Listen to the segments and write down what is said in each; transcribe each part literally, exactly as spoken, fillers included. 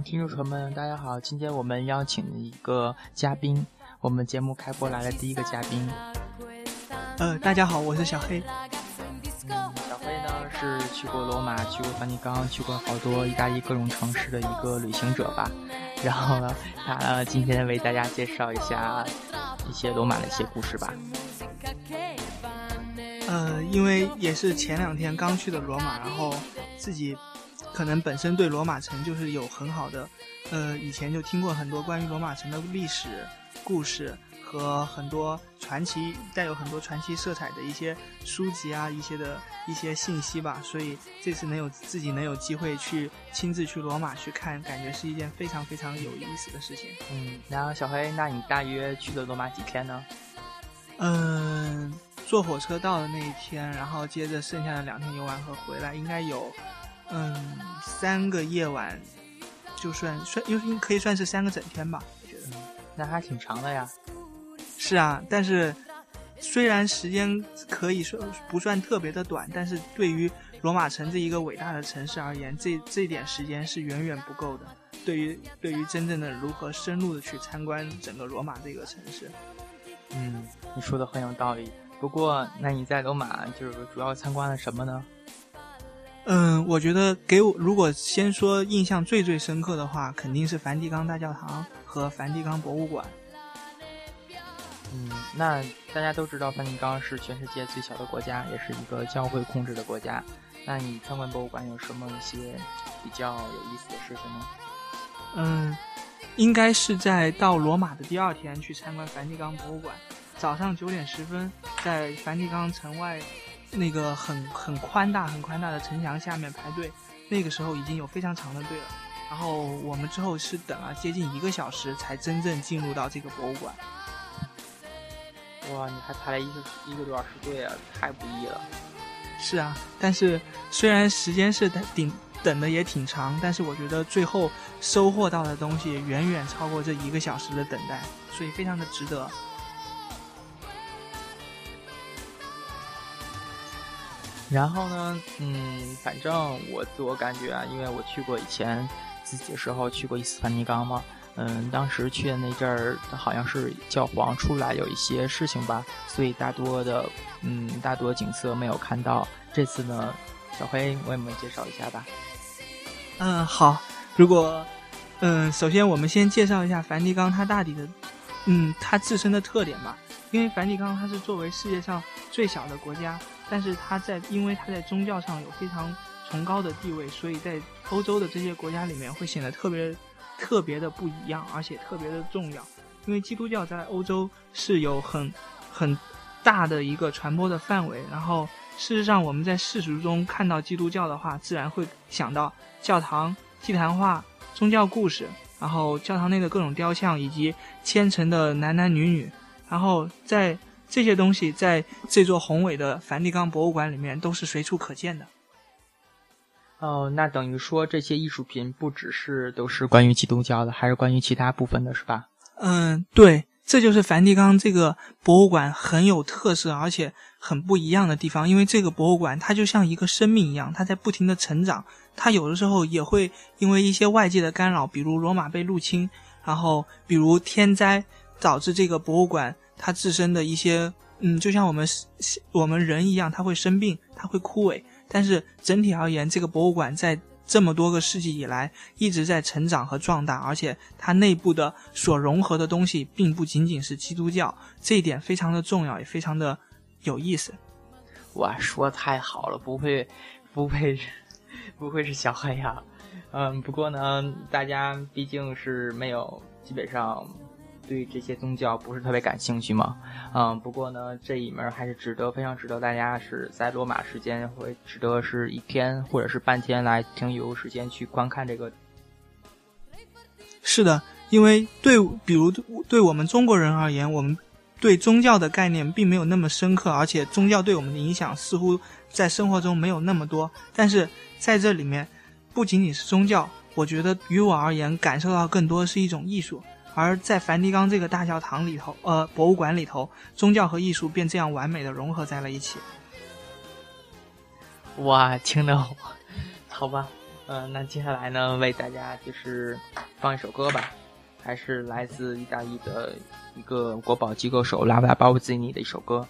听众朋友们大家好，今天我们邀请一个嘉宾，我们节目开播来的第一个嘉宾。 呃，大家好，我是小黑。 嗯，小黑呢是去过罗马，去过梵蒂冈，去过好多意大利各种城市的一个旅行者吧。然后呢，他呢今天为大家介绍一下一些罗马的一些故事吧。 呃，因为也是前两天刚去的罗马，然后自己可能本身对罗马城就是有很好的，呃，以前就听过很多关于罗马城的历史故事和很多传奇，带有很多传奇色彩的一些书籍啊，一些的一些信息吧，所以这次能有自己能有机会去亲自去罗马去看，感觉是一件非常非常有意思的事情。 嗯，然后小黑，那你大约去了罗马几天呢？ 嗯、呃，坐火车到的那一天，然后接着剩下的两天游玩和回来，应该有嗯三个夜晚，就算算因为可以算是三个整天吧，我觉得。 嗯，那还挺长的呀。 是啊，但是虽然时间可以说不算特别的短，但是对于罗马城这一个伟大的城市而言，这这点时间是远远不够的。对于对于真正的如何深入的去参观整个罗马这个城市。 嗯，你说的很有道理。不过，那你在罗马就是主要参观了什么呢？ 嗯，我觉得给我如果先说印象最最深刻的话，肯定是梵蒂冈大教堂和梵蒂冈博物馆。 嗯，那大家都知道梵蒂冈是全世界最小的国家，也是一个教会控制的国家。那你参观博物馆有什么一些比较有意思的事情呢？ 嗯，应该是在到罗马的第二天去参观梵蒂冈博物馆。早上九点十分，在梵蒂冈城外那个很很宽大很宽大的城墙下面排队，那个时候已经有非常长的队了。然后我们之后是等了接近一个小时才真正进入到这个博物馆。 哇，你还排了一个一个多小时队啊，太不易了。 是啊，但是虽然时间是顶等的也挺长，但是我觉得最后收获到的东西远远超过这一个小时的等待，所以非常的值得。 然后呢，嗯，反正我自我感觉啊，因为我去过以前自己的时候去过一次梵蒂冈嘛，嗯，当时去的那阵儿好像是教皇出来有一些事情吧，所以大多的嗯大多景色没有看到。这次呢，小黑我也没介绍一下吧。 嗯，好，如果嗯，首先我们先介绍一下梵蒂冈它大体的嗯它自身的特点吧。因为梵蒂冈它是作为世界上最小的国家，但是它在因为它在宗教上有非常崇高的地位，所以在欧洲的这些国家里面会显得特别特别的不一样，而且特别的重要。因为基督教在欧洲是有很很大的一个传播的范围，然后事实上我们在世俗中看到基督教的话，自然会想到教堂、祭坛画、宗教故事，然后教堂内的各种雕像以及虔诚的男男女女，然后在这些东西在这座宏伟的梵蒂冈博物馆里面都是随处可见的。 哦，那等于说这些艺术品不只是都是关于基督教的，还是关于其他部分的，是吧？ 嗯，对，这就是梵蒂冈这个博物馆很有特色而且很不一样的地方。因为这个博物馆它就像一个生命一样，它在不停的成长，它有的时候也会因为一些外界的干扰，比如罗马被入侵，然后比如天灾，导致这个博物馆它自身的一些嗯，就像我们我们人一样，它会生病，它会枯萎，但是整体而言，这个博物馆在这么多个世纪以来一直在成长和壮大，而且它内部的所融合的东西并不仅仅是基督教，这一点非常的重要，也非常的有意思。 哇，说太好了，不会不会不会是小黑呀。嗯，不过呢，大家毕竟是没有基本上对这些宗教不是特别感兴趣嘛，嗯，不过呢，这里面还是值得，非常值得大家是在罗马时间会值得是一天或者是半天来停留时间去观看这个。 是的，因为对，比如对我们中国人而言，我们对宗教的概念并没有那么深刻，而且宗教对我们的影响似乎在生活中没有那么多。但是在这里面，不仅仅是宗教，我觉得于我而言，感受到更多的是一种艺术。而在梵蒂冈这个大教堂里头，呃，博物馆里头，宗教和艺术便这样完美的融合在了一起。 哇，听得好吧， 嗯、呃，那接下来呢，为大家就是放一首歌吧，还是来自意大利的一个国宝级歌手拉瓦巴乌兹尼的一首歌。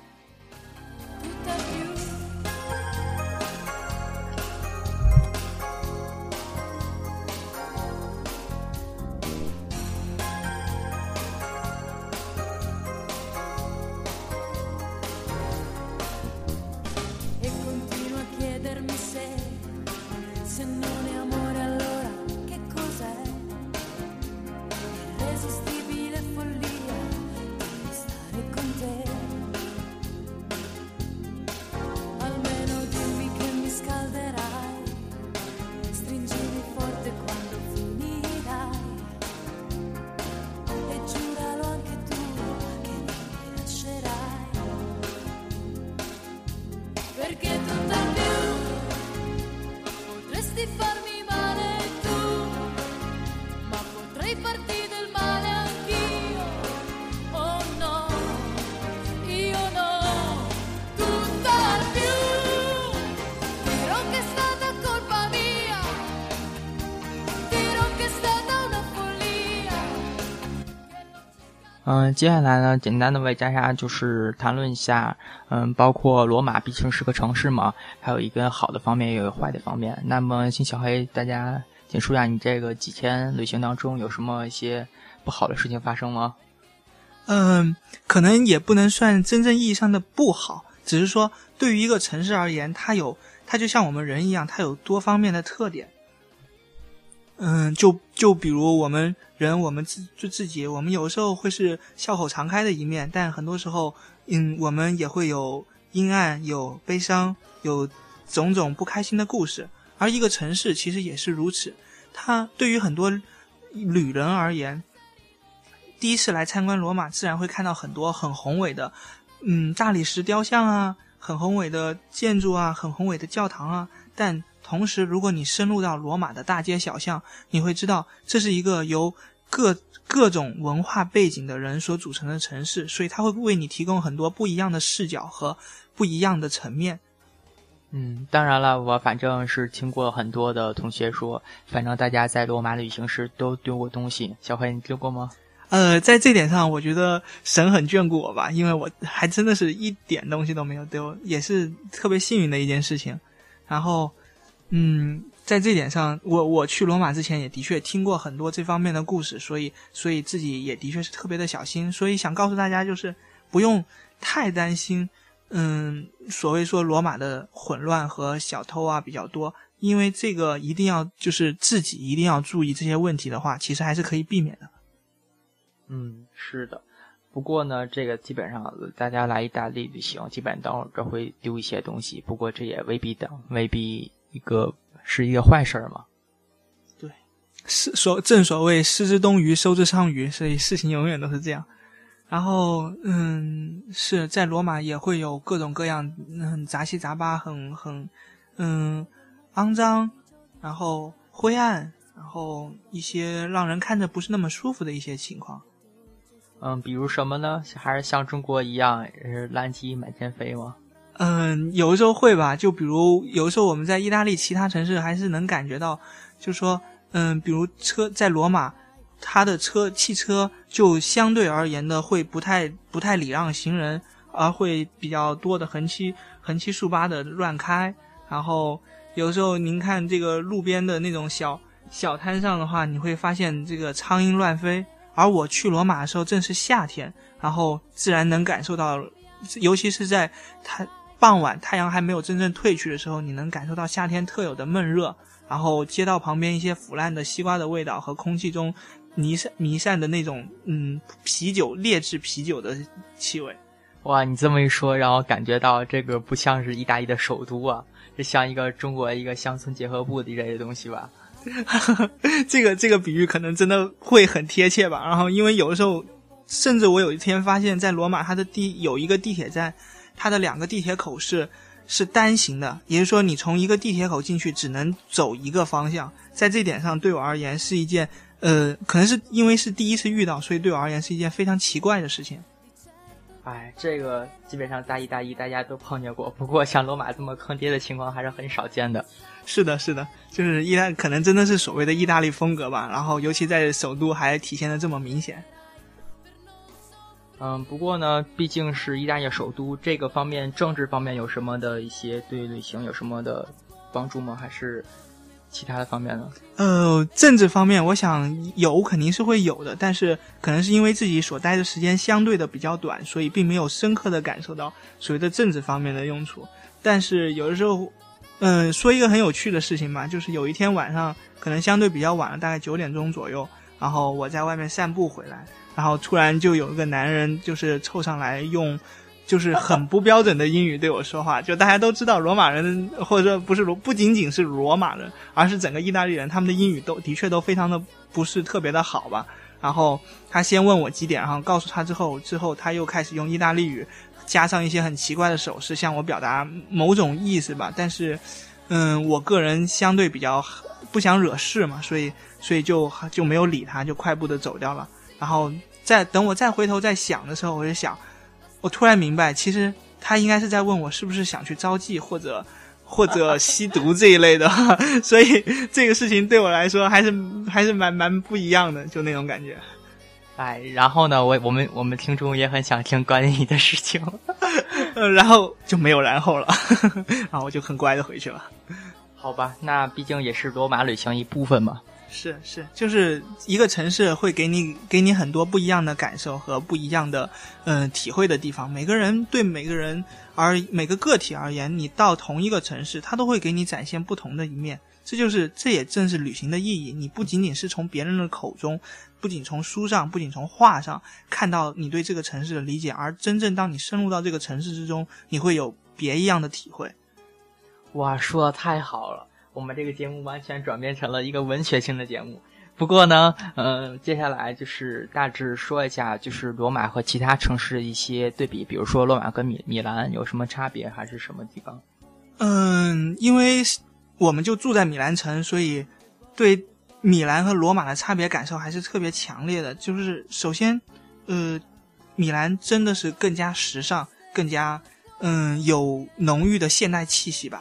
嗯，接下来呢，简单的为大家就是谈论一下，嗯，包括罗马毕竟是个城市嘛，还有一个好的方面，也有坏的方面。那么，请小黑大家简述一下你这个几天旅行当中有什么一些不好的事情发生吗？ 嗯，可能也不能算真正意义上的不好，只是说对于一个城市而言，它有，它就像我们人一样，它有多方面的特点。嗯，就就比如我们人，我们自就自己，我们有时候会是笑口常开的一面，但很多时候，嗯，我们也会有阴暗，有悲伤，有种种不开心的故事。而一个城市其实也是如此，它对于很多旅人而言，第一次来参观罗马，自然会看到很多很宏伟的，嗯，大理石雕像啊，很宏伟的建筑啊，很宏伟的教堂啊，但同时，如果你深入到罗马的大街小巷，你会知道这是一个由各各种文化背景的人所组成的城市，所以它会为你提供很多不一样的视角和不一样的层面。 嗯，当然了，我反正是听过很多的同学说，反正大家在罗马旅行时都丢过东西。小黑，你丢过吗？ 呃，在这点上，我觉得神很眷顾我吧，因为我还真的是一点东西都没有丢，也是特别幸运的一件事情。然后嗯，在这点上，我我去罗马之前也的确听过很多这方面的故事，所以所以自己也的确是特别的小心，所以想告诉大家就是不用太担心，嗯，所谓说罗马的混乱和小偷啊比较多，因为这个一定要就是自己一定要注意这些问题的话，其实还是可以避免的。 嗯，是的。不过呢，这个基本上大家来意大利旅行，基本都都会丢一些东西。不过这也未必的，未必一个是一个坏事嘛。 对，是所正所谓失之东隅，收之桑榆，所以事情永远都是这样。然后，嗯，是在罗马也会有各种各样很杂七杂八、很很嗯肮脏，然后灰暗，然后一些让人看着不是那么舒服的一些情况。 嗯，比如什么呢？还是像中国一样，是烂鸡满天飞吗？ 嗯，有的时候会吧。就比如有的时候我们在意大利其他城市还是能感觉到，就是说，嗯，比如车在罗马，它的车汽车就相对而言的会不太不太礼让行人，而会比较多的横七横七竖八的乱开。然后有时候您看这个路边的那种小小摊上的话，你会发现这个苍蝇乱飞。而我去罗马的时候正是夏天，然后自然能感受到，尤其是在它傍晚太阳还没有真正退去的时候，你能感受到夏天特有的闷热，然后街道旁边一些腐烂的西瓜的味道和空气中弥散弥散的那种嗯啤酒劣质啤酒的气味。 哇，你这么一说，让我感觉到这个不像是意大利的首都啊，这像一个中国一个乡村结合部的一类的东西吧。 这个这个比喻可能真的会很贴切吧。然后因为有的时候，甚至我有一天发现，在罗马它的地有一个地铁站，它的两个地铁口是是单行的，也就是说你从一个地铁口进去只能走一个方向。在这点上对我而言是一件呃，可能是因为是第一次遇到，所以对我而言是一件非常奇怪的事情。 哎，这个基本上大一大一大家都碰见过，不过像罗马这么坑爹的情况还是很少见的。 是的，是的，就是意大可能真的是所谓的意大利风格吧，然后尤其在首都还体现的这么明显。 嗯，不过呢，毕竟是意大利首都，这个方面政治方面有什么的一些对旅行有什么的帮助吗？还是其他的方面呢？ 呃，政治方面我想有肯定是会有的，但是可能是因为自己所待的时间相对的比较短，所以并没有深刻的感受到所谓的政治方面的用处。但是有的时候嗯，说一个很有趣的事情吧，就是有一天晚上可能相对比较晚了，大概九点钟左右，然后我在外面散步回来，然后突然就有一个男人就是凑上来用就是很不标准的英语对我说话。就大家都知道罗马人，或者说不是罗不仅仅是罗马人，而是整个意大利人，他们的英语都的确都非常的不是特别的好吧。然后他先问我几点，然后告诉他之后之后他又开始用意大利语加上一些很奇怪的手势向我表达某种意思吧。但是嗯，我个人相对比较不想惹事嘛，所以所以就就没有理他，就快步的走掉了。然后再等我再回头再想的时候，我就想，我突然明白，其实他应该是在问我是不是想去招妓或者或者吸毒这一类的所以这个事情对我来说还是还是蛮蛮不一样的，就那种感觉。 哎，然后呢，我我们我们听众也很想听关于你的事情呃，然后就没有然后了然后我就很乖的回去了。 好吧，那毕竟也是罗马旅行一部分嘛。 是是，就是一个城市会给你给你很多不一样的感受和不一样的嗯、呃、体会的地方。每个人对每个人而每个个体而言，你到同一个城市，它都会给你展现不同的一面。这就是这也正是旅行的意义。你不仅仅是从别人的口中，不仅从书上，不仅从画上看到你对这个城市的理解，而真正当你深入到这个城市之中，你会有别一样的体会。 哇，说的太好了，我们这个节目完全转变成了一个文学性的节目。不过呢呃，接下来就是大致说一下就是罗马和其他城市的一些对比，比如说罗马跟米米兰有什么差别，还是什么地方？ 嗯，因为我们就住在米兰城，所以对米兰和罗马的差别感受还是特别强烈的。就是首先呃，米兰真的是更加时尚，更加嗯有浓郁的现代气息吧。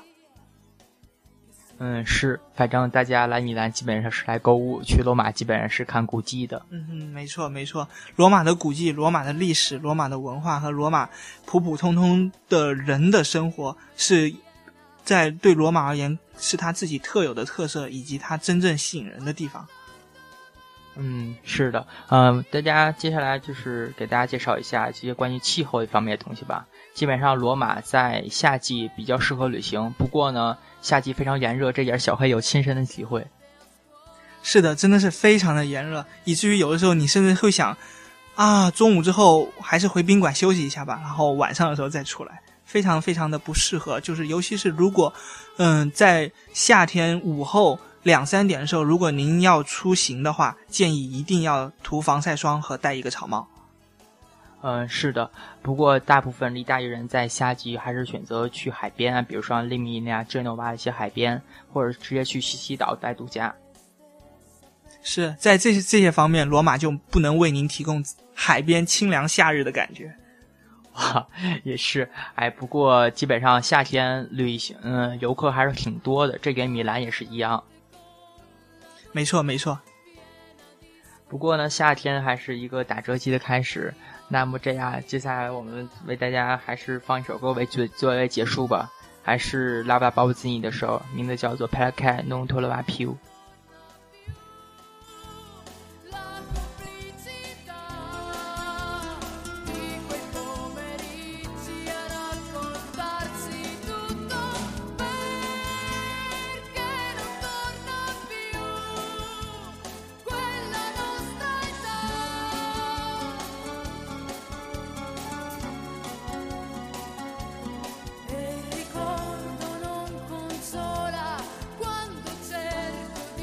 嗯，是，反正大家来米兰基本上是来购物，去罗马基本上是看古迹的。 嗯嗯，没错没错，罗马的古迹、罗马的历史、罗马的文化和罗马普普通通的人的生活，是在对罗马而言是他自己特有的特色，以及他真正吸引人的地方。 嗯，是的，嗯、呃，大家接下来就是给大家介绍一下这些关于气候一方面的东西吧。基本上罗马在夏季比较适合旅行，不过呢夏季非常炎热，这点小黑有亲身的体会。 是的，真的是非常的炎热，以至于有的时候你甚至会想啊，中午之后还是回宾馆休息一下吧，然后晚上的时候再出来，非常非常的不适合。就是尤其是如果嗯在夏天午后两三点的时候，如果您要出行的话，建议一定要涂防晒霜和戴一个草帽。 嗯，是的，不过大部分意大利人在夏季还是选择去海边啊，比如说利米尼亚、genoa一些海边，或者直接去西西岛待度假。 是在这些这些方面，罗马就不能为您提供海边清凉夏日的感觉。 哇，也是，哎，不过基本上夏天旅行，嗯，游客还是挺多的，这跟米兰也是一样。 没错没错。 不过呢，夏天还是一个打折季的开始。那么这样，接下来我们为大家还是放一首歌为作作为结束吧，还是拉巴鲍兹尼的首，名字叫做 Perché non te lo va più。 Quando cerco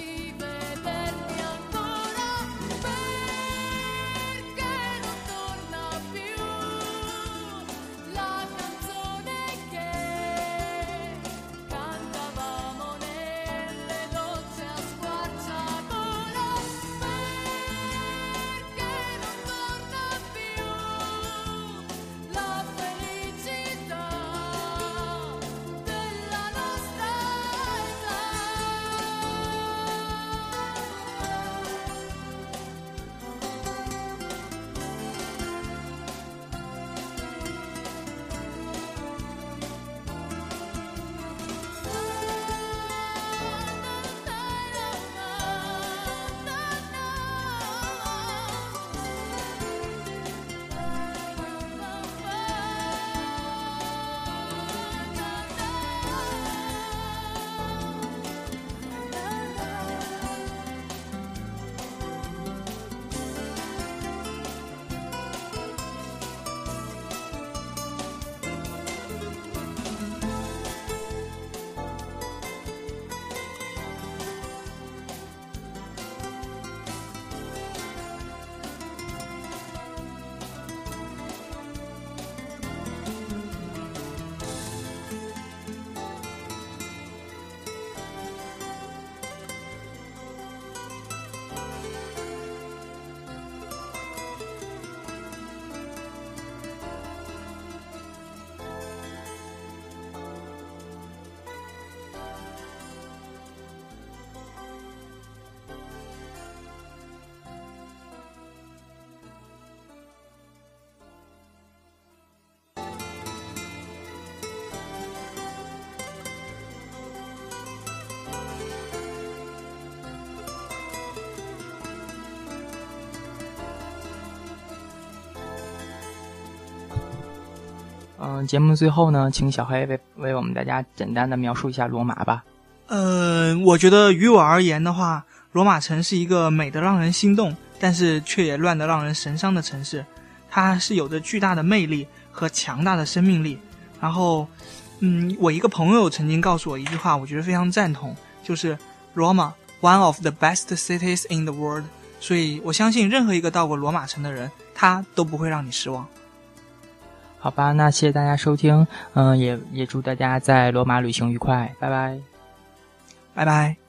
嗯、呃，节目最后呢，请小黑为为我们大家简单的描述一下罗马吧。 呃，我觉得于我而言的话，罗马城是一个美得让人心动，但是却也乱得让人神伤的城市。它是有着巨大的魅力和强大的生命力。然后，嗯，我一个朋友曾经告诉我一句话，我觉得非常赞同，就是 Roma one of the best cities in the world。所以我相信任何一个到过罗马城的人，他都不会让你失望。 好吧，那谢谢大家收听，嗯、呃，也也祝大家在罗马旅行愉快，拜拜， 拜拜。